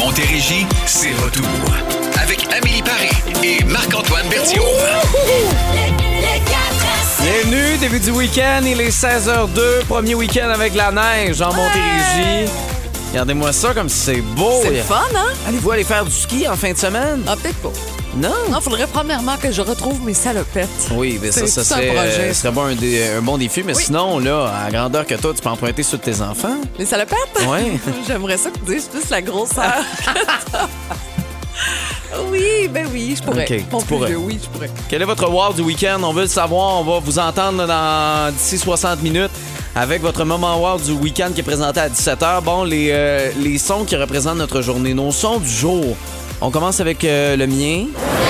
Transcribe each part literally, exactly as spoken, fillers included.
Montérégie, c'est retour. Avec Amélie Paris et Marc-Antoine Berthiaume. Bienvenue, début du week-end, il est seize heures deux, premier week-end avec la neige en Montérégie. Regardez-moi ça comme si c'est beau. C'est le fun, hein? Allez-vous aller faire du ski en fin de semaine? Ah, peut-être pas. Non? Non, faudrait premièrement que je retrouve mes salopettes. Oui, mais ça, ça C'est serait, un projet. euh, serait bon un, dé- un bon défi. Mais Oui. sinon, là, à la grandeur que toi, tu peux emprunter ceux de tes enfants. Les salopettes? Oui. J'aimerais ça que tu dises plus la grosseur. Oui, ben oui, je pourrais. OK, Mon tu plus pourrais. vieux, oui, je pourrais. Quel est votre wow du week-end? On veut le savoir. On va vous entendre dans d'ici soixante minutes avec votre moment wow du week-end qui est présenté à dix-sept heures. Bon, les, euh, les sons qui représentent notre journée, nos sons du jour. On commence avec euh, le mien.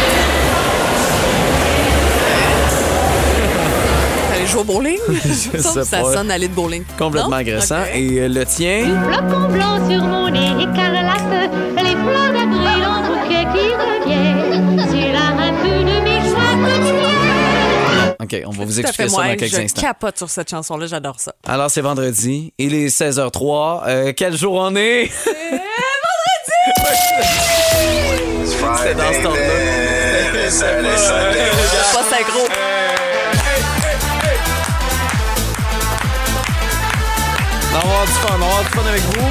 Allez jouer au bowling? Je ça, sais ça pas. sonne aller de bowling. Complètement Non? agressant. OK. Et euh, le tien? Flocon blanc sur mon nez écarlate, les fleurs d'avril en bouquet qui reviennent. C'est là un peu de mes choix quotidiens. OK, on va vous Tout à expliquer fait, ça moi, dans quelques je instants. capote sur cette chanson-là, j'adore ça. Alors, c'est vendredi. Il est seize heures trois. Euh, quel jour on est? C'était dans ce temps-là. Pas synchro. On va avoir du fun, on va avoir du fun avec vous.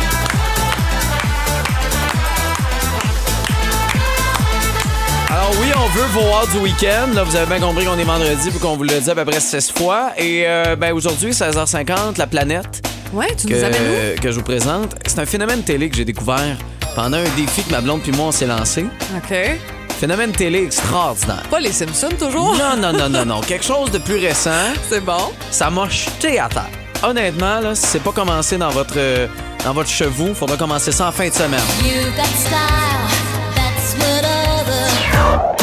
Alors oui, on veut vos hâtes du week-end. Là, vous avez bien compris qu'on est vendredi puis qu'on vous l'a dit à peu près seize fois. Et euh, ben aujourd'hui, seize heures cinquante, la planète Ouais, tu nous amènes où? que, que je vous présente, c'est un phénomène télé que j'ai découvert pendant un défi que ma blonde puis moi on s'est lancé. OK. Phénomène télé extraordinaire. Pas les Simpsons, toujours? Non, non, non, non, non. Quelque chose de plus récent. C'est bon. Ça m'a jeté à terre. Honnêtement, là, si c'est pas commencé dans votre, euh, dans votre chevaux, il faudra commencer ça en fin de semaine. You got style, that's what other.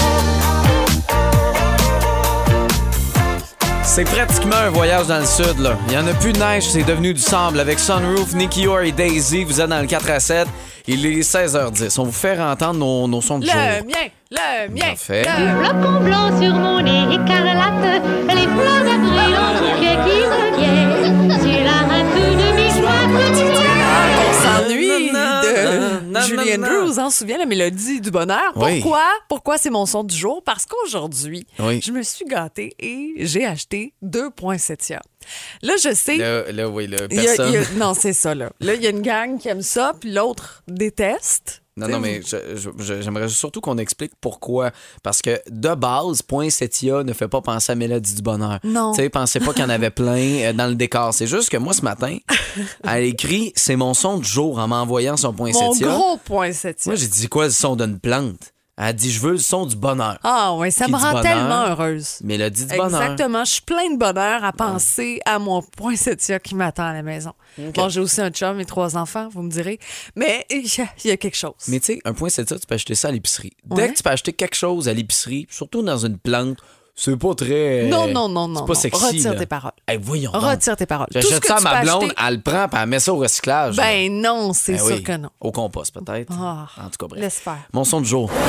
C'est pratiquement un voyage dans le sud, là. Il y en a plus de neige, c'est devenu du sable. Avec Sunroof, Nicky Orr et Daisy, vous êtes dans le quatre à sept. Il est seize heures dix. On vous fait entendre nos, nos sons de jour. Le mien, le mien. Parfait. le- Flocon blanc sur mon nez écarlate, les fleurs d'avril en bouquet qui reviennent. C'est là un peu de mes choix quotidiens. On s'ennuie de Non, non, Julie non. Andrews, hein, souviens la mélodie du bonheur. Oui. Pourquoi? Pourquoi c'est mon son du jour? Parce qu'aujourd'hui, Oui. je me suis gâtée et j'ai acheté deux poinsettias. Là, je sais... Là, là, oui, là, il y a- personne... il y a- non, c'est ça, là. Là, il y a une gang qui aime ça, puis l'autre déteste. Non, non, mais je- je- je- j'aimerais surtout qu'on explique pourquoi. Parce que, de base, Poinsettia ne fait pas penser à Mélodie du Bonheur. Non. Tu sais, pensez pas qu'il y en avait plein euh, dans le décor. C'est juste que moi, ce matin, elle écrit « C'est mon son du jour » en m'envoyant son Mon Poinsettia. gros poinsettia. Moi, j'ai dit quoi, le son d'une plante? Elle a dit « Je veux le son du bonheur Ah ouais, ça Qui me dit rend bonheur? tellement heureuse. ». Mélodie du Bonheur. Exactement. Je suis plein de bonheur à penser à mon poinsettia qui m'attend à la maison. Bon, j'ai aussi un chum et trois enfants, vous me direz. Mais il y, a- il y a quelque chose. Mais tu sais, un Poinsettia, tu peux acheter ça à l'épicerie. Ouais. Dès que tu peux acheter quelque chose à l'épicerie, surtout dans une plante, c'est pas très... Non, non, non, non. C'est pas non. sexy, Retire là. tes paroles. Hey, voyons donc. Retire tes paroles. Tout ce J'achète que ça à tu ma peux blonde, acheter- elle le prend puis elle met ça au recyclage. là. Ben non, c'est Ben sûr oui. que non. Au compost, peut-être. Ah. En tout cas, bref. Laisse faire. Mon son du jour.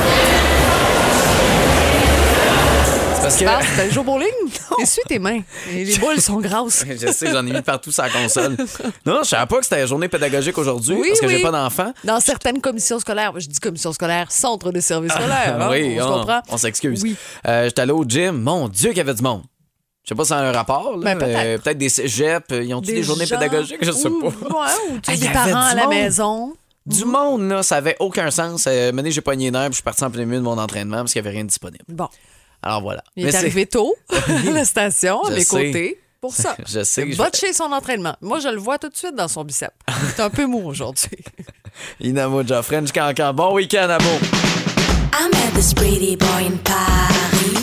C'est parce que... Ah, c'était le jour bowling? Essuie tes mains. Et les boules sont grasses. Je sais, j'en ai mis partout sur la console. Non, je savais pas que c'était la journée pédagogique aujourd'hui Oui, parce que oui. j'ai pas d'enfant. Dans certaines commissions scolaires, je dis commission scolaire, centre de services scolaires. hein, oui, on, se comprend. on s'excuse. Oui. Euh, J'étais allé au gym. Mon Dieu, qu'il y avait du monde. Je sais pas si ça a un rapport. Là, Ben, peut-être. mais peut-être des cégeps. Ils ont-tu des, journées gens- pédagogiques? Je sais ou- pas. Ouais, ou tu Ah, as il y des avait parents du à la monde. maison. Du monde, là, ça avait aucun sens. Euh, Maintenant, j'ai pogné une heure puis je suis parti en plein milieu de mon entraînement parce qu'il n'y avait rien de disponible. Bon, Alors voilà. il Mais est c'est- arrivé tôt à la station, à Je mes sais. côtés, pour ça. Je sais. Il je va vais- de chez son entraînement. Moi, je le vois tout de suite dans son bicep. C'est un peu mou aujourd'hui. Inamo French Cancan. Bon week-end à vous. I met this pretty boy in Paris.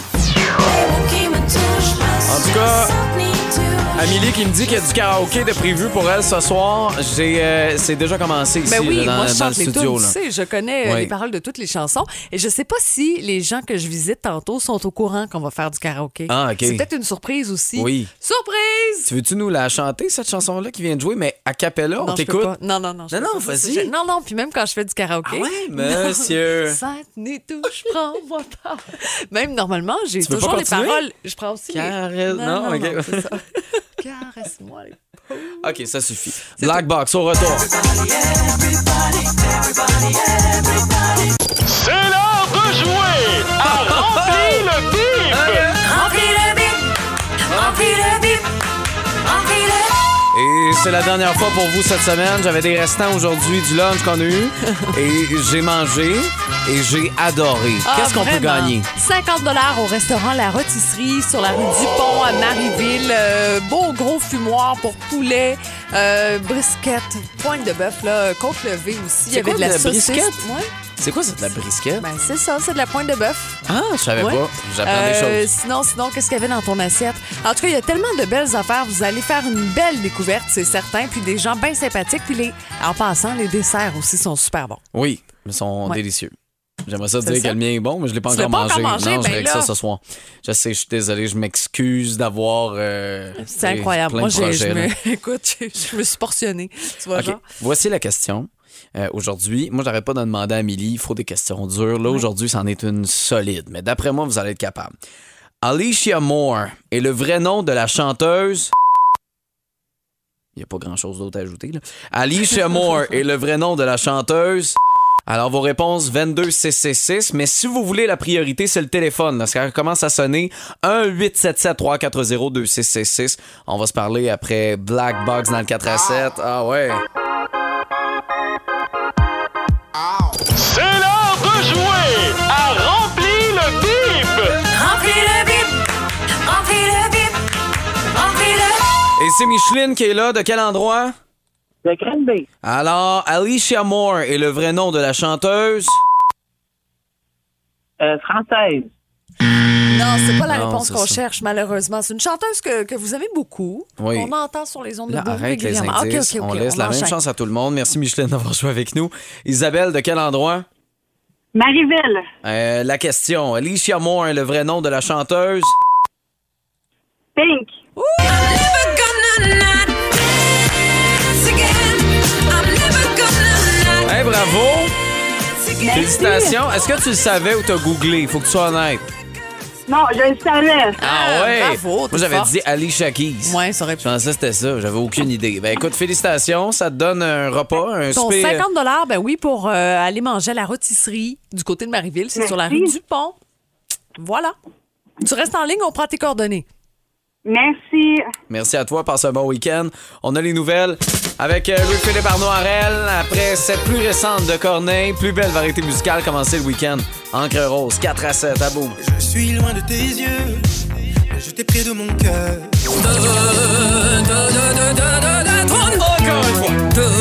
En tout cas, Amélie qui me dit qu'il y a du karaoké de prévu pour elle ce soir. J'ai, euh, c'est déjà commencé ici Ben oui, là, dans, moi, je dans le chante les studio. tunes, là. tu sais, je connais euh, Oui. les paroles de toutes les chansons. Et je sais pas si les gens que je visite tantôt sont au courant qu'on va faire du karaoké. Ah, OK. C'est peut-être une surprise aussi. Oui. Surprise! Tu veux-tu nous la chanter, cette chanson-là qui vient de jouer, mais a cappella, on Non, je peux t'écoute? pas. Non, non, non. je Non, peux non, pas. vas-y. Je- Non, non, puis même quand je fais du karaoké. Ah ouais, monsieur. Sainte-Nitouche, je prends mon temps. Même normalement, j'ai Tu veux toujours pas les continuer? paroles. Je prends aussi les... Caresse- non, OK. c'est ça. Caresse-moi les OK, ça suffit. Black Box, au retour. c'est la dernière fois pour vous cette semaine. J'avais des restants aujourd'hui du lunch qu'on a eu et j'ai mangé et j'ai adoré. Ah, Qu'est-ce qu'on peut vraiment? gagner? cinquante dollars au restaurant La Rôtisserie sur la rue Dupont à Marieville. Euh, beau gros fumoir pour poulet, euh, brisquette, pointe de bœuf, là, côte levée aussi. Il y avait quoi, de la de la saucisse. brisquette? Ouais. C'est quoi, c'est de la brisquette? Ben, c'est ça, c'est de la pointe de bœuf. Ah, je savais Ouais. pas. J'apprends Euh, des choses. Sinon, sinon, qu'est-ce qu'il y avait dans ton assiette? En tout cas, il y a tellement de belles affaires. Vous allez faire une belle découverte, c'est certain. Puis des gens bien sympathiques. Puis les, en passant, les desserts aussi sont super bons. Oui, ils sont Ouais. délicieux. J'aimerais ça C'est dire ça? que le mien est bon, mais je l'ai pas Tu encore l'as pas mangé. encore mangé? Non, je Ben règle là. ça ce soir. Je sais, je suis désolé, je m'excuse d'avoir. euh, C'est plein incroyable. de Moi, j'ai, je projets, là. me, écoute, je, je me suis portionnée. Tu vois, OK. genre? Voici la question. Euh, aujourd'hui, moi, j'arrête pas de demander à Amélie, il faut des questions dures. Là, aujourd'hui, c'en est une solide. Mais d'après moi, vous allez être capable. Alicia Moore est le vrai nom de la chanteuse. Il n'y a pas grand-chose d'autre à ajouter. Là. Alicia Moore est le vrai nom de la chanteuse. Alors, vos réponses, vingt-deux six six six. Mais si vous voulez la priorité, c'est le téléphone. Là, ça commence à sonner. un huit sept sept trois quatre zéro deux six six six. On va se parler après Black Box dans le quatre à sept. Ah ouais. C'est l'heure de jouer à Remplis le bip! Remplis le bip, remplis le bip, remplis le... Et c'est Micheline qui est là. De quel endroit? De Granby. Alors, Alicia Moore est le vrai nom de la chanteuse. Euh, française. Non, c'est pas la Non, réponse c'est qu'on ça. cherche, malheureusement. C'est une chanteuse que, que vous aimez beaucoup. Oui. On entend sur les ondes Là, de Boom arrête les régulièrement. indices. OK, OK, OK, on laisse la même enchaîne. chance à tout le monde. Merci Micheline d'avoir joué avec nous. Isabelle, de quel endroit? Marieville. Euh, la question. Alicia Moore est le vrai nom de la chanteuse. Pink. Hey, bravo! Félicitations. Est-ce que tu le savais ou t'as googlé? Il faut que tu sois honnête. Non, je le savais. Ah, Ah, ouais? bravo, Moi, t'es j'avais forte. dit Alicia Keys. Ouais, ça aurait Je pu. pensais que c'était ça. J'avais aucune idée. Ben écoute, félicitations. Ça te donne un repas, un Ton souper. cinquante dollars, ben oui, pour euh, aller manger à la rôtisserie du côté de Marieville. C'est Merci. sur la rue du Pont. Voilà. Tu restes en ligne, on prend tes coordonnées. Merci. Merci à toi. Passe un bon week-end. On a les nouvelles avec euh, Louis-Philippe Arnaud-Harel. Après cette plus récente de Corneille, plus belle variété musicale, commencer le week-end. Encre rose, quatre à sept, à boum. Je suis loin de tes yeux, mais je t'ai pris de mon cœur. Encore une fois.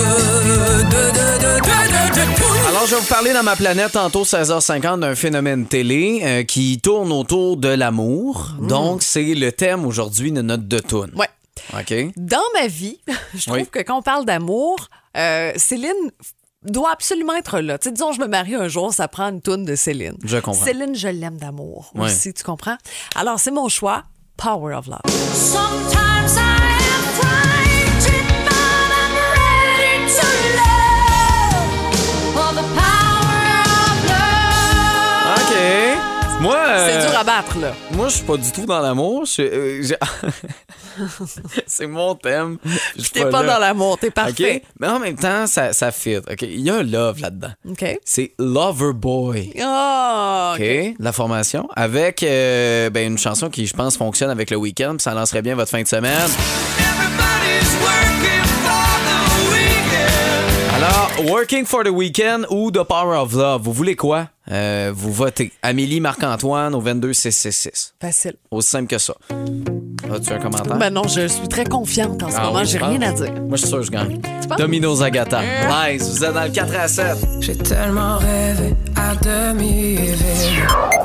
Alors, je vais vous parler dans ma planète tantôt, seize heures cinquante, d'un phénomène télé euh, qui tourne autour de l'amour. Donc, c'est le thème aujourd'hui de notre de toune. Ouais. OK? Dans ma vie, je trouve Oui. que quand on parle d'amour, euh, Céline doit absolument être là. Tu sais, disons, je me marie un jour, ça prend une toune de Céline. Je comprends. Céline, je l'aime d'amour Ouais. aussi, tu comprends? Alors, c'est mon choix, Power of Love. Sometimes I am frightened, but I'm ready to love for the power of love. OK. Moi, euh, C'est dur à battre, là. moi, je suis pas du tout dans l'amour. Je suis, euh, j'ai- c'est mon thème. Je suis T'es pas là. dans l'amour, t'es OK? parfait. Mais en même temps, ça, ça fit. OK? Il y a un love là-dedans. OK. C'est Loverboy. Oh, OK, la formation, avec euh, ben, une chanson qui, je pense, fonctionne avec le week-end, puis ça lancerait bien votre fin de semaine. Everybody's working for the weekend. Alors, Working for the Weekend ou The Power of Love, vous voulez quoi? Euh, vous votez. Amélie Marc-Antoine au vingt-deux six six six. Facile. Aussi simple que ça. As-tu un commentaire? Ben non, je suis très confiante en ce Ah moment, oui, j'ai je rien pense. à dire. Moi, je suis sûr que je gagne. penses? Domino's Agatha. Nice, vous êtes dans le quatre à sept. J'ai tellement rêvé à demi éveillé.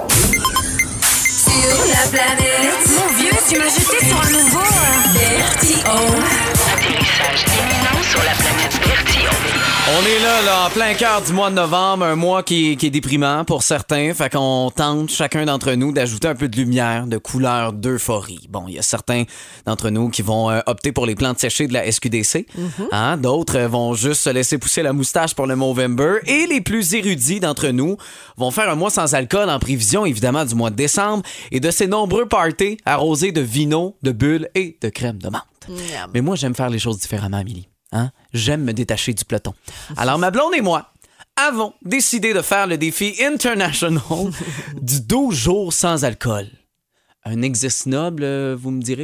Sur la planète. Mon vieux, tu m'as jeté sur un nouveau euh, Vertigo. Atterrissage imminent sur la planète Vertigo. On est là, là, en plein cœur du mois de novembre, un mois qui, qui est déprimant pour certains. Fait qu'on tente, chacun d'entre nous, d'ajouter un peu de lumière, de couleur, d'euphorie. Bon, il y a certains d'entre nous qui vont euh, opter pour les plantes séchées de la S Q D C. Hein? D'autres euh, vont juste se laisser pousser la moustache pour le Movember. Et les plus érudits d'entre nous vont faire un mois sans alcool en prévision, évidemment, du mois de décembre et de ces nombreux parties arrosés de vino, de bulles et de crème de menthe. Miam. Mais moi, j'aime faire les choses différemment, Amélie. Hein? J'aime me détacher du peloton. Alors, ma blonde et moi avons décidé de faire le défi international du douze jours sans alcool. Un exercice noble, euh, vous me direz?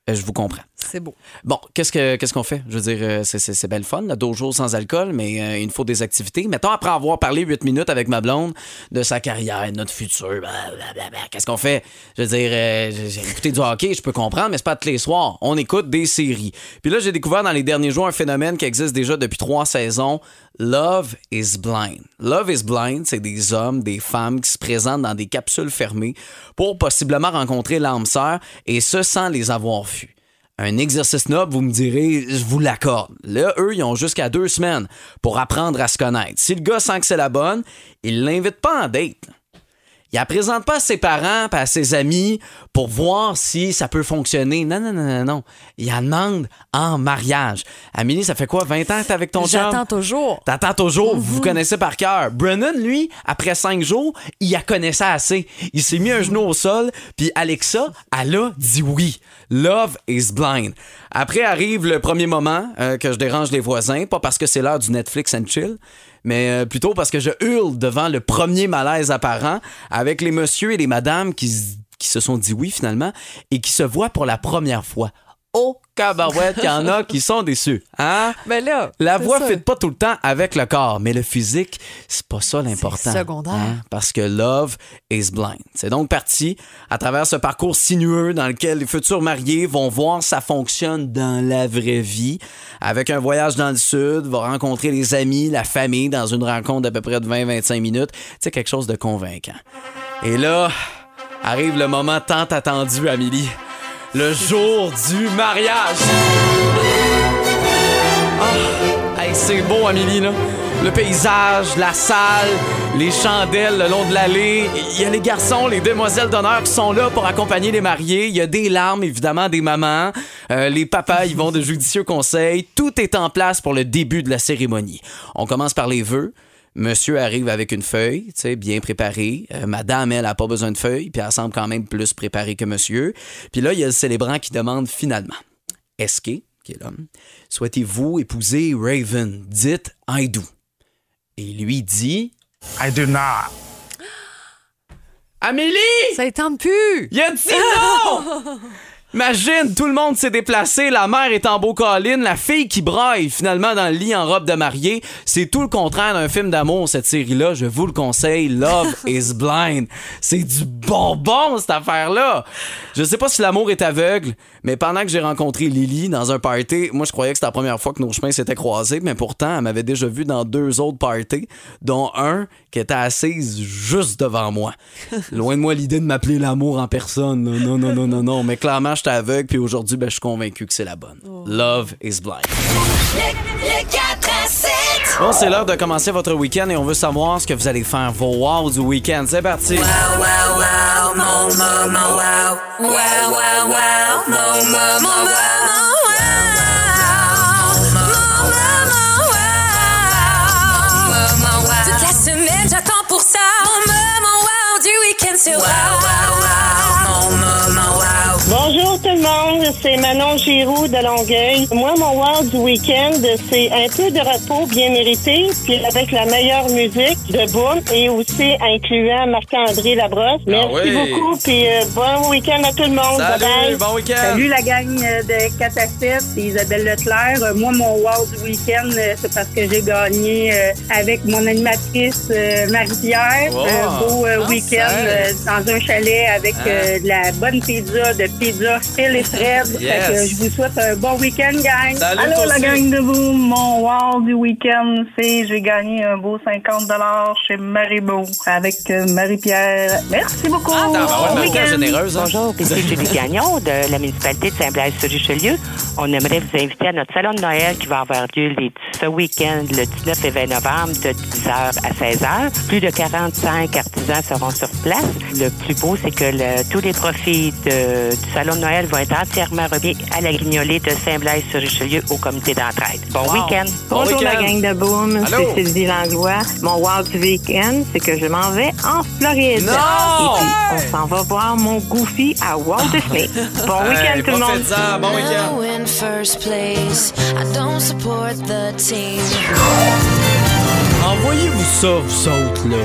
euh, je vous comprends. C'est beau. Bon, qu'est-ce que qu'est-ce qu'on fait? Je veux dire, euh, c'est, c'est, c'est belle fun, là, dojo sans alcool, mais euh, il nous faut des activités. Mettons, après avoir parlé huit minutes avec ma blonde de sa carrière, de notre futur, blablabla, qu'est-ce qu'on fait? Je veux dire, euh, j'ai, j'ai écouté du hockey, je peux comprendre, mais c'est pas tous les soirs. On écoute des séries. Puis là, j'ai découvert dans les derniers jours un phénomène qui existe déjà depuis trois saisons. Love is Blind. Love is Blind, c'est des hommes, des femmes qui se présentent dans des capsules fermées pour possiblement rencontrer l'âme sœur, et ce, sans les avoir vus. Un exercice noble, vous me direz, je vous l'accorde. Là, eux, ils ont jusqu'à deux semaines pour apprendre à se connaître. Si le gars sent que c'est la bonne, il l'invite pas en date. Il la présente pas à ses parents et à ses amis pour voir si ça peut fonctionner. Non, non, non, non, non. Il la demande en mariage. Amélie, ça fait quoi, vingt ans que t'es avec ton chum? J'attends toujours. T'attends toujours, mm-hmm. Vous vous connaissez par cœur. Brennan, lui, après cinq jours, il la connaissait assez. Il s'est mis un genou au sol, puis Alexa, elle a dit oui. Love is blind. Après arrive le premier moment euh, que je dérange les voisins, pas parce que c'est l'heure du Netflix and chill, mais euh, plutôt parce que je hurle devant le premier malaise apparent avec les messieurs et les madames qui, qui se sont dit oui finalement et qui se voient pour la première fois. Oh, cabarouette, il y en a qui sont déçus. Hein? Ben là, la voix ne fit pas tout le temps avec le corps, mais le physique, c'est pas ça l'important. C'est secondaire. Hein? Parce que love is blind. C'est donc parti à travers ce parcours sinueux dans lequel les futurs mariés vont voir ça fonctionne dans la vraie vie. Avec un voyage dans le sud, vont rencontrer les amis, la famille dans une rencontre d'à peu près de vingt à vingt-cinq minutes. C'est quelque chose de convaincant. Et là, arrive le moment tant attendu, Amélie. Le jour du mariage. Oh, hey, c'est beau, Amélie, là. Le paysage, la salle, les chandelles le long de l'allée. Il y a les garçons, les demoiselles d'honneur qui sont là pour accompagner les mariés. Il y a des larmes, évidemment, des mamans. Euh, les papas, ils vont de judicieux conseils. Tout est en place pour le début de la cérémonie. On commence par les vœux. Monsieur arrive avec une feuille, tu sais, bien préparée. Euh, madame, elle, n'a pas besoin de feuille, puis elle semble quand même plus préparée que monsieur. Puis là, il y a le célébrant qui demande finalement, est-ce que, qui est l'homme, souhaitez-vous épouser Raven? Dites I do. Et lui dit, I do not. Amélie! Ça ne tente plus! Il a dit non! Imagine, tout le monde s'est déplacé, la mère est en beau colline, la fille qui braille finalement dans le lit en robe de mariée. C'est tout le contraire d'un film d'amour, cette série-là. Je vous le conseille, Love is Blind. C'est du bonbon, cette affaire-là. Je sais pas si l'amour est aveugle, mais pendant que j'ai rencontré Lily dans un party, moi je croyais que c'était la première fois que nos chemins s'étaient croisés, mais pourtant, elle m'avait déjà vu dans deux autres parties, dont un qui était assise juste devant moi. Loin de moi l'idée de m'appeler l'amour en personne. Là. Non, non, non, non, non. Mais clairement, j'étais aveugle, puis aujourd'hui, ben, je suis convaincu que c'est la bonne. Oh. Love is blind. Le, le quatre à sept. Bon, c'est l'heure de commencer votre week-end et on veut savoir ce que vous allez faire, vos wow du week-end. C'est parti. Wow, wow, wow, mon moment, wow. Wow, wow, wow, mon moment, wow. Toute la semaine, j'attends pour ça. Mon moment, wow du week-end, c'est wow, wow, wow, mon moment, wow. Bonjour tout le monde, c'est Manon Giroux de Longueuil. Moi, mon wow du week-end, c'est un peu de repos bien mérité, puis avec la meilleure musique de Boom et aussi incluant Marc-André Labrosse. Merci ah oui. beaucoup, puis euh, bon week-end à tout le monde. Salut, bye bye. Bon week-end. Salut la gang de quatre à sept, c'est Isabelle Leclerc. Moi, mon wow du week-end, c'est parce que j'ai gagné euh, avec mon animatrice euh, Marie-Pierre. Oh. Un beau euh, Ah, week-end euh, dans un chalet avec hein? euh, de la bonne pizza, de pizza Phil et Fred. Yes. Fait que je vous souhaite un bon week-end, gang. Salut, Allô, toi la aussi. gang de vous. Mon wow du week-end, c'est j'ai gagné un beau cinquante dollars chez Maribeau avec euh, Marie-Pierre. Merci beaucoup. Ah, ben, bon ouais, week-end. généreuse. Hein? Bonjour, c'est Julie Gagnon de la municipalité de Saint-Blaise-sur-Richelieu. On aimerait vous inviter à notre salon de Noël qui va avoir lieu les, ce week-end, le dix-neuf et vingt novembre, de dix heures à seize heures. Plus de quarante-cinq artisans seront sur place. Le plus beau, c'est que le, tous les profits de, du salon de Noël vont être entièrement remis à la Guignolée de Saint-Blaise-sur-Richelieu au comité d'entraide. Bon wow. week-end! Bon Bonjour week-end. la gang de Boom, Allô? c'est Sylvie Langlois. Mon wow du week-end, c'est que je m'en vais en Floride. Non! Et puis, on s'en va voir mon Goofy à Walt Disney. Bon Hey, week-end tout le monde! profite-en. Bon week-end. Now in first place, I don't support the team. Envoyez-vous ça, vous autres, là.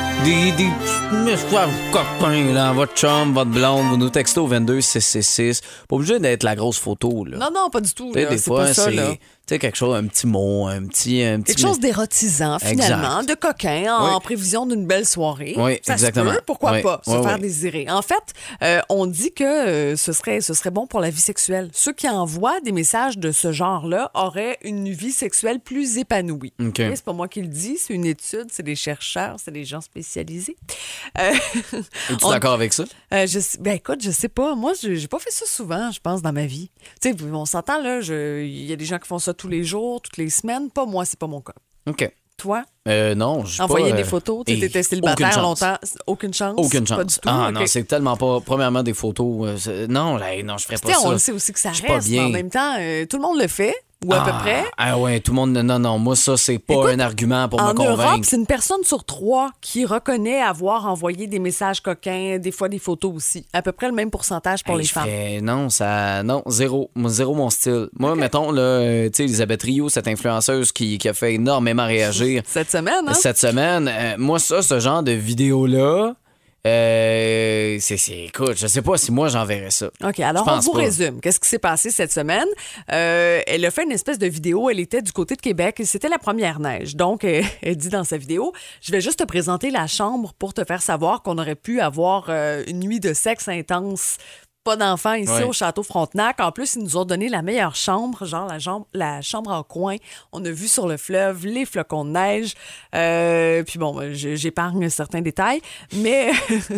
Des, des messages copains, là, votre chum, votre blonde, vous nous textez au vingt-deux six cent soixante-six. Pas obligé d'être la grosse photo, là. Non, non, pas du tout. Là, Là, des c'est fois, pas ça, c'est là. tu sais, quelque chose, un petit mot, un petit... Un petit Quelque chose d'érotisant, finalement, Exact. de coquin, en Oui. prévision d'une belle soirée. Oui, ça exactement. se peut, pourquoi Oui, pas, se oui, faire oui. désirer. En fait, euh, on dit que euh, ce, serait, ce serait bon pour la vie sexuelle. Ceux qui envoient des messages de ce genre-là auraient une vie sexuelle plus épanouie. OK. Et c'est pas moi qui le dis, c'est une étude, c'est des chercheurs, c'est des gens spécialisés. Euh, Es-tu on- d'accord avec ça? Euh, je, sais- ben écoute, je sais pas. Moi, je- j'ai pas fait ça souvent, je pense, dans ma vie. Tu sais, on s'entend, là, je- il y a des gens qui font ça tous les jours, toutes les semaines. Pas moi, c'est pas mon cas. OK. Toi? Euh, non, je Envoyer pas, des euh, photos, tu hey, étais aucune célibataire chance. longtemps. Aucune chance? Aucune chance. Pas du tout? Ah OK. non, c'est tellement pas... Premièrement, des photos... euh, c'est- non, là, non, je ferais Tu pas sais, ça. on le sait aussi que ça Je suis pas reste, mais bien. en même temps, euh, tout le monde le fait, ou à ah, peu près. Ah ouais, tout le monde... Non, non, moi, ça, c'est pas Écoute, un argument pour En me convaincre. Europe, c'est une personne sur trois qui reconnaît avoir envoyé des messages coquins, des fois des photos aussi. À peu près le même pourcentage pour Hey, les je femmes. ferais- non, ça, non, zéro, Moi, zéro mon style. Moi, mettons, là, euh, tu sais, Elisabeth Rio, cette influenceuse qui, qui a fait énormément réagir Cette semaine, hein? cette semaine, euh, moi, ça, ce genre de vidéo-là, euh, c'est, c'est, écoute, je sais pas si moi, j'enverrais ça. OK, alors Je on pense vous pas. résume. Qu'est-ce qui s'est passé cette semaine? Euh, elle a fait une espèce de vidéo. Elle était du côté de Québec et c'était la première neige. Donc, elle, elle dit dans sa vidéo, je vais juste te présenter la chambre pour te faire savoir qu'on aurait pu avoir euh, une nuit de sexe intense. Pas d'enfants ici Ouais. au Château Frontenac. En plus, ils nous ont donné la meilleure chambre, genre la, jambe, la chambre en coin. On a vu sur le fleuve les flocons de neige. Euh, puis bon, je- j'épargne certains détails. Mais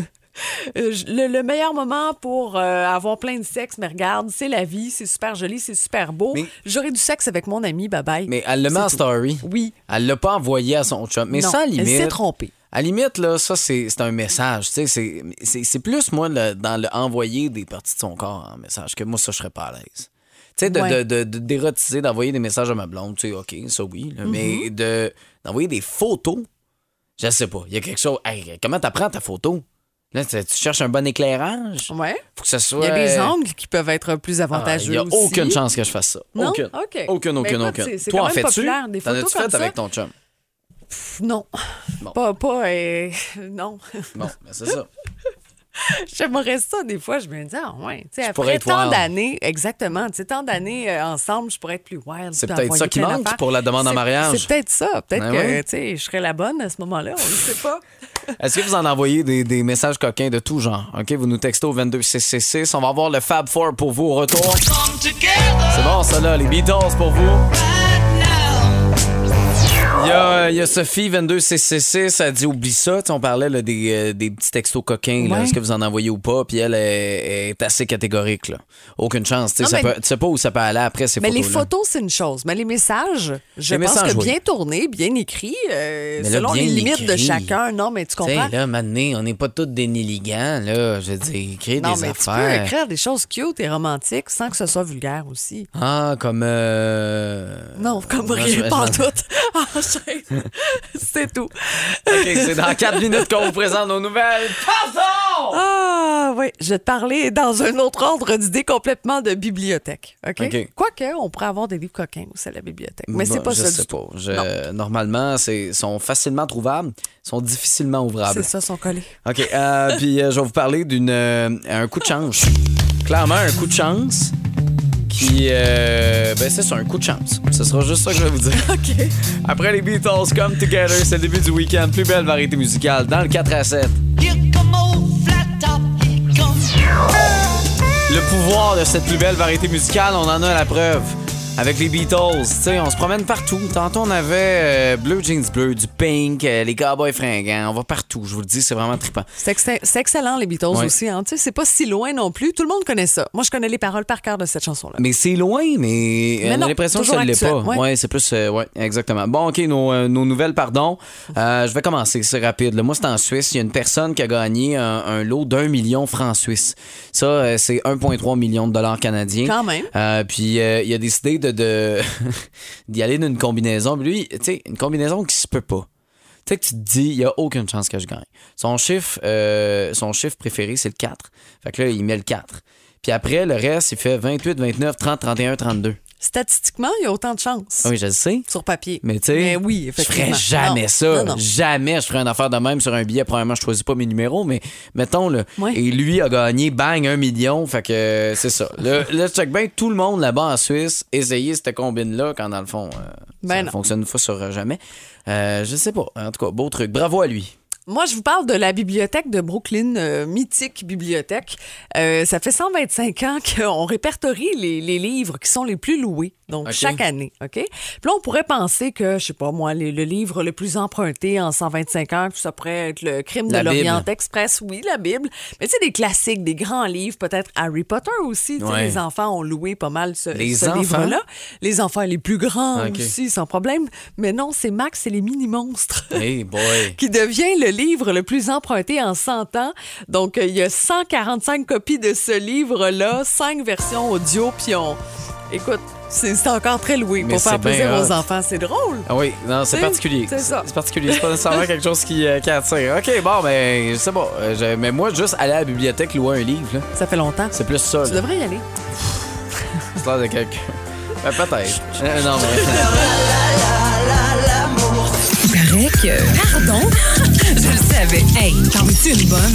le, le meilleur moment pour euh, avoir plein de sexe, mais regarde, c'est la vie, c'est super joli, c'est super beau. Mais- J'aurais du sexe avec mon ami, bye bye. Mais elle le met en C'est tout. story. Oui. Elle l'a pas envoyé à son chum. Mais Non, ça, à la elle limite... s'est trompée. À la limite, là, ça, c'est, c'est un message. Tu sais, c'est, c'est, c'est plus, moi, le- dans le envoyer des parties de son corps en message, que moi, ça, je serais pas à l'aise. Tu sais, de, Ouais. de, de, de- d'érotiser, d'envoyer des messages à ma blonde, tu sais, OK, ça, oui. là, Mm-hmm. Mais de, d'envoyer des photos, je sais pas. Il y a quelque chose... Hey, comment t'apprends ta photo? Là, tu tu cherches un bon éclairage? Ouais. Faut que ça Il soit... y a des angles qui peuvent être plus Ah, avantageux Il y a aussi. aucune chance que je fasse ça. Non? Aucune. OK. Aucune, Mais aucune, écoute, aucune. c'est- c'est Toi, quand en même fais-tu? populaire, des T'en photos as-tu comme fait ça? avec ton chum? Pff, non. Bon. Pas, pas, euh, non. Bon, ben c'est ça. J'aimerais ça, des fois, je me dis, ah ouais, tu sais, pourrais après être tant wild. d'années, exactement, tu sais, tant d'années euh, ensemble, je pourrais être plus wild. C'est puis peut-être envoyer ça qui plein manque d'affaires. pour la demande en C'est- mariage. C'est peut-être ça. Peut-être Ben que, oui. tu sais, je serais la bonne à ce moment-là, on ne sait pas. Est-ce que vous en envoyez des, des messages coquins de tout genre? OK, vous nous textez au vingt-deux six cent soixante-six. On va avoir le Fab Four pour vous au retour. C'est bon, ça là, les Beatles pour vous. Il y a, il y a Sophie, vingt-deux six cent soixante-six, elle dit oublie ça. Tu sais, on parlait là, des, euh, des petits textos coquins. là. Ouais. Est-ce que vous en envoyez ou pas? Puis elle est, est assez catégorique. Là. Aucune chance. Tu sais, Non, ça mais- peut- tu sais pas où ça peut aller après ces Mais les photos-là. photos, c'est une chose. Mais les messages, je Les pense messages, que oui. bien tournés, bien écrits, euh, Mais là, selon bien les limites de écrit. chacun. Non, mais tu Tu sais, comprends? là, maintenant, on n'est pas tous des néligants. Là. Je veux dire, écrire Non, des mais tu peux affaires. écrire des choses cute et romantiques sans que ce soit vulgaire aussi. Ah, comme. Euh... Non, comme moi, je- rien, je pas en m'en- tout. Enchaîne. C'est tout. OK, c'est dans quatre minutes qu'on vous présente nos nouvelles. Pardon! Ah oui, je vais te parler dans un autre ordre d'idée complètement de bibliothèque. OK? OK. Quoique, on pourrait avoir des livres coquins aussi à la bibliothèque. Mais c'est Bon, pas je ça sais du tout. pas. Je- Normalement, ils sont facilement trouvables, sont difficilement ouvrables. C'est ça, son collé. OK, euh, puis euh, je vais vous parler d'une euh, un coup de chance. Clairement, un coup de chance qui... euh, ben, c'est ça, un coup de chance. Ce sera juste ça que je vais vous dire. OK. Après les Beatles, Come Together, c'est le début du week-end. Plus belle variété musicale dans le quatre à sept. Le pouvoir de cette plus belle variété musicale, on en a la preuve. Avec les Beatles, tu sais, on se promène partout. Tantôt, on avait euh, Bleu Jeans Bleu, du Pink, euh, les Cowboys fringants. On va partout, je vous le dis, c'est vraiment trippant. C'est ex- c'est excellent, les Beatles Ouais. aussi. Hein? Tu sais, c'est pas si loin non plus. Tout le monde connaît ça. Moi, je connais les paroles par cœur de cette chanson-là. Mais c'est loin, mais, Mais on non, a l'impression que toujours ça ne l'est actuel, pas. ouais. Ouais, c'est plus... euh, ouais, exactement. Bon, OK, nos, euh, nos nouvelles, pardon. Euh, je vais commencer, c'est rapide. là. Moi, c'est en Suisse. Il y a une personne qui a gagné un, un lot d'un million francs suisses. Ça, euh, c'est un virgule trois million de dollars canadiens. Quand même. Euh, puis, euh, il a décidé de, de d'y aller d'une combinaison. Puis lui, tu sais, une combinaison qui se peut pas. Tu sais que tu te dis, il n'y a aucune chance que je gagne. Son chiffre, euh, son chiffre préféré, c'est le quatre. Fait que là, il met le quatre. Puis après, le reste, il fait vingt-huit, vingt-neuf, trente, trente et un, trente-deux. Statistiquement, il y a autant de chances. Oui, je le sais. Sur papier. Mais tu sais, Mais oui, je effectivement. ferais jamais Non. ça. Non, non. Jamais je ferais une affaire de même sur un billet. Premièrement, je choisis pas mes numéros, mais mettons, là. Ouais. Et lui a gagné, bang, un million. Fait que euh, c'est ça. Là, là, check bien, tout le monde là-bas en Suisse essayait cette combine-là quand, dans le fond, euh, Ben ça non. fonctionne une fois sur euh, jamais. Euh, je sais pas. En tout cas, beau truc. Bravo à lui. Moi, je vous parle de la bibliothèque de Brooklyn, euh, mythique bibliothèque. Euh, ça fait cent vingt-cinq ans qu'on répertorie les, les livres qui sont les plus loués, donc OK. chaque année. OK? Puis là, on pourrait penser que, je sais pas moi, les- le livre le plus emprunté en cent vingt-cinq ans, ça pourrait être Le Crime de La l'Orient Bible. Express. Oui, la Bible. Mais tu sais, des classiques, des grands livres, peut-être Harry Potter aussi. Tu sais, Ouais. Les enfants ont loué pas mal ce, Les ce enfants? livre-là. Les enfants les plus grands OK. aussi, sans problème. Mais non, c'est Max et les mini-monstres. Hey boy. Qui devient le livre le plus emprunté en cent ans. Donc, euh, il y a cent quarante-cinq copies de ce livre-là, cinq versions audio, puis on... Écoute, c'est c'est encore très loué Mais pour faire c'est bien plaisir hot. aux enfants. C'est drôle. Ah oui, non, c'est C'est- particulier. c'est ça. C'est particulier. C'est pas nécessairement quelque chose qui, euh, qui attire. OK, bon, ben, je sais pas. Euh, je- mais moi, juste aller à la bibliothèque louer un livre, là, Ça fait longtemps. c'est plus ça. Tu là. devrais y aller. C'est l'air de quelqu'un. Ben, peut-être. Euh, non, mais. Paraît que... Pardon? Je le savais. Hey, t'en es une bonne?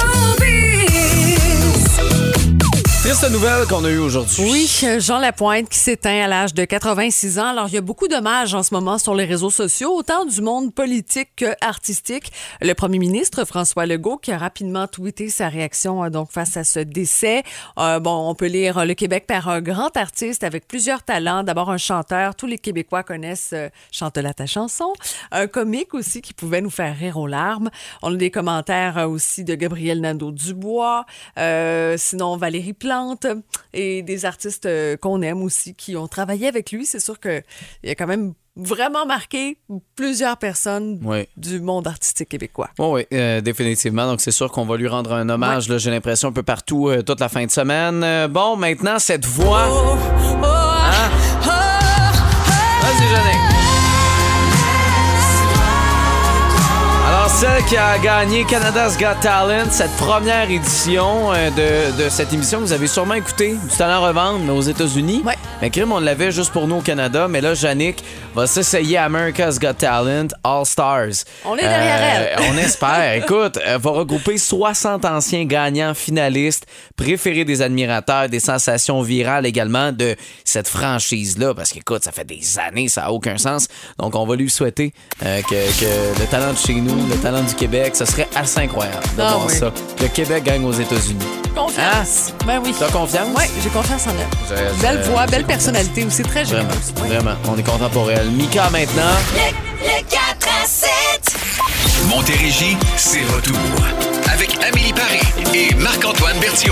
Triste nouvelle qu'on a eue aujourd'hui. Oui, euh, Jean Lapointe qui s'éteint à l'âge de quatre-vingt-six ans. Alors, il y a beaucoup d'hommages en ce moment sur les réseaux sociaux, autant du monde politique que artistique. Le premier ministre, François Legault, qui a rapidement tweeté sa réaction euh, donc face à ce décès. Euh, bon, on peut lire euh, Le Québec perd un grand artiste avec plusieurs talents. D'abord, un chanteur. Tous les Québécois connaissent euh, Chante-la ta chanson. Un comique aussi qui pouvait nous faire rire aux larmes. On a des commentaires euh, aussi de Gabriel Nadeau-Dubois. Euh, sinon, Valérie Plante et des artistes euh, qu'on aime aussi qui ont travaillé avec lui. C'est sûr qu'il a quand même vraiment marqué plusieurs personnes Oui. du monde artistique québécois. Oh oui, euh, définitivement. Donc, c'est sûr qu'on va lui rendre un hommage, là, j'ai l'impression, un peu partout, euh, toute la fin de semaine. Euh, bon, maintenant, cette voix. Hein? Vas-y, Jeanne. Alors, celle qui a gagné Canada's Got Talent, cette première édition euh, de, de cette émission que vous avez sûrement écouté, du talent à revendre, mais aux États-Unis. Ouais. Mais crime, on l'avait juste pour nous au Canada. Mais là, Yannick va s'essayer à America's Got Talent All Stars. On est derrière elle. On espère. Écoute, elle va regrouper soixante anciens gagnants finalistes, préférés des admirateurs, des sensations virales également de cette franchise-là. Parce qu'écoute, ça fait des années, ça n'a aucun sens. Donc, on va lui souhaiter euh, que, que le talent de chez nous, le talent du Québec, ce serait assez incroyable de Ah voir oui. ça. Que le Québec gagne aux États-Unis. Confiance. Ben oui. T'as confiance? Oui, j'ai confiance en elle. Je- Belle je- voix, j'ai belle confiance. personnalité aussi, très Vraiment, généreuse. Oui. vraiment. On est content pour elle. Mika maintenant. Le quatre à sept. Montérégie, c'est retour. Avec Amélie Paris et Marc-Antoine Berthiaume.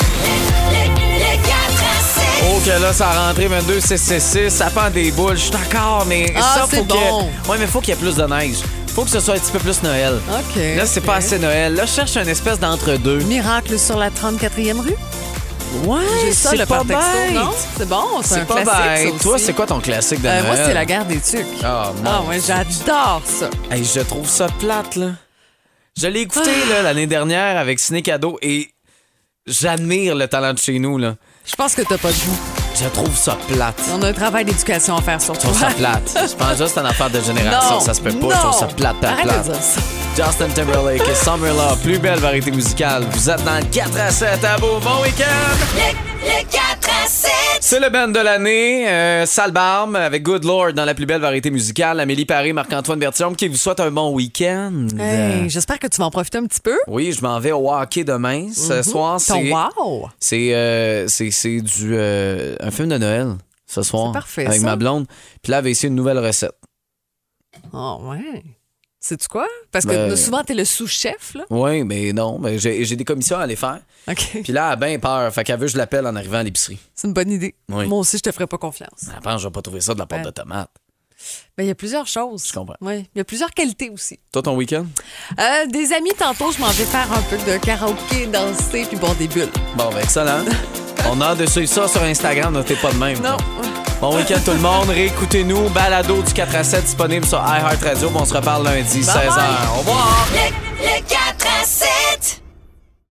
Le quatre à sept. Oh, que là, ça a rentré vingt-deux six six six. Ça pend des boules. Je suis d'accord, mais Ah, ça, c'est faut bon. que. Ouais, mais faut qu'il y ait plus de neige. Faut que ce soit un petit peu plus Noël. OK. Là, c'est OK. pas assez Noël. Là, je cherche une espèce d'entre-deux. Miracle sur la trente-quatrième rue. Ouais, J'ai ça, c'est le pas par texto, bête. non? C'est bon, c'est un C'est pas classique, ça bête. aussi. Toi, c'est quoi ton classique de Euh, Noël? moi, c'est la guerre des tucs. Ah, mon Ah ouais, Dieu. j'adore ça. Hey, je trouve ça plate, là. Je l'ai écouté là, l'année dernière avec Ciné Cadeau et j'admire le talent de chez nous, là. Je pense que t'as pas de goût. Je trouve ça plate. On a un travail d'éducation à faire sur Je toi. trouve ça plate. Je pense juste que c'est une affaire de génération. Non, Ça se peut pas. non. Je trouve ça plate, plate, Arrête plate. de dire ça. Justin Timberlake et Summer Love, plus belle variété musicale. Vous êtes dans le quatre à sept à beau. Bon week-end! Le, le quatre à sept. C'est le band de l'année, euh, Sale Barbe avec Good Lord dans la plus belle variété musicale. Amélie Paris, Marc-Antoine Berthiaume qui vous souhaite un bon week-end. Hey, j'espère que tu vas en profiter un petit peu. Oui, je m'en vais au hockey demain. Ce Mhm. soir, Ton c'est wow! c'est euh, c'est c'est du euh, un film de Noël ce soir C'est parfait, avec ça. ma blonde. Puis là, elle va essayer une nouvelle recette. Oh, ouais. Sais-tu quoi? Parce que Ben- souvent, t'es le sous-chef, là. Oui, mais non, mais j'ai j'ai des commissions à aller faire. OK. Puis là, elle a bien peur. Fait qu'elle veut que je l'appelle en arrivant à l'épicerie. C'est une bonne idée. Oui. Moi aussi, je te ferais pas confiance. Elle pense que je vais pas trouver ça de la pâte Ouais. de tomate. Ben, il y a plusieurs choses. Je comprends. Oui. Il y a plusieurs qualités aussi. Toi, ton week-end? Euh, des amis, tantôt, je m'en vais faire un peu de karaoké, danser, puis boire des bulles. Bon, ben excellent. On a hâte de suivre ça sur Instagram. Notez pas de même. Non. Bon week-end tout le monde. Réécoutez-nous. Balado du quatre à sept disponible sur iHeartRadio. On se reparle lundi, Bye seize heures. bye. Au revoir. Le, le quatre à sept.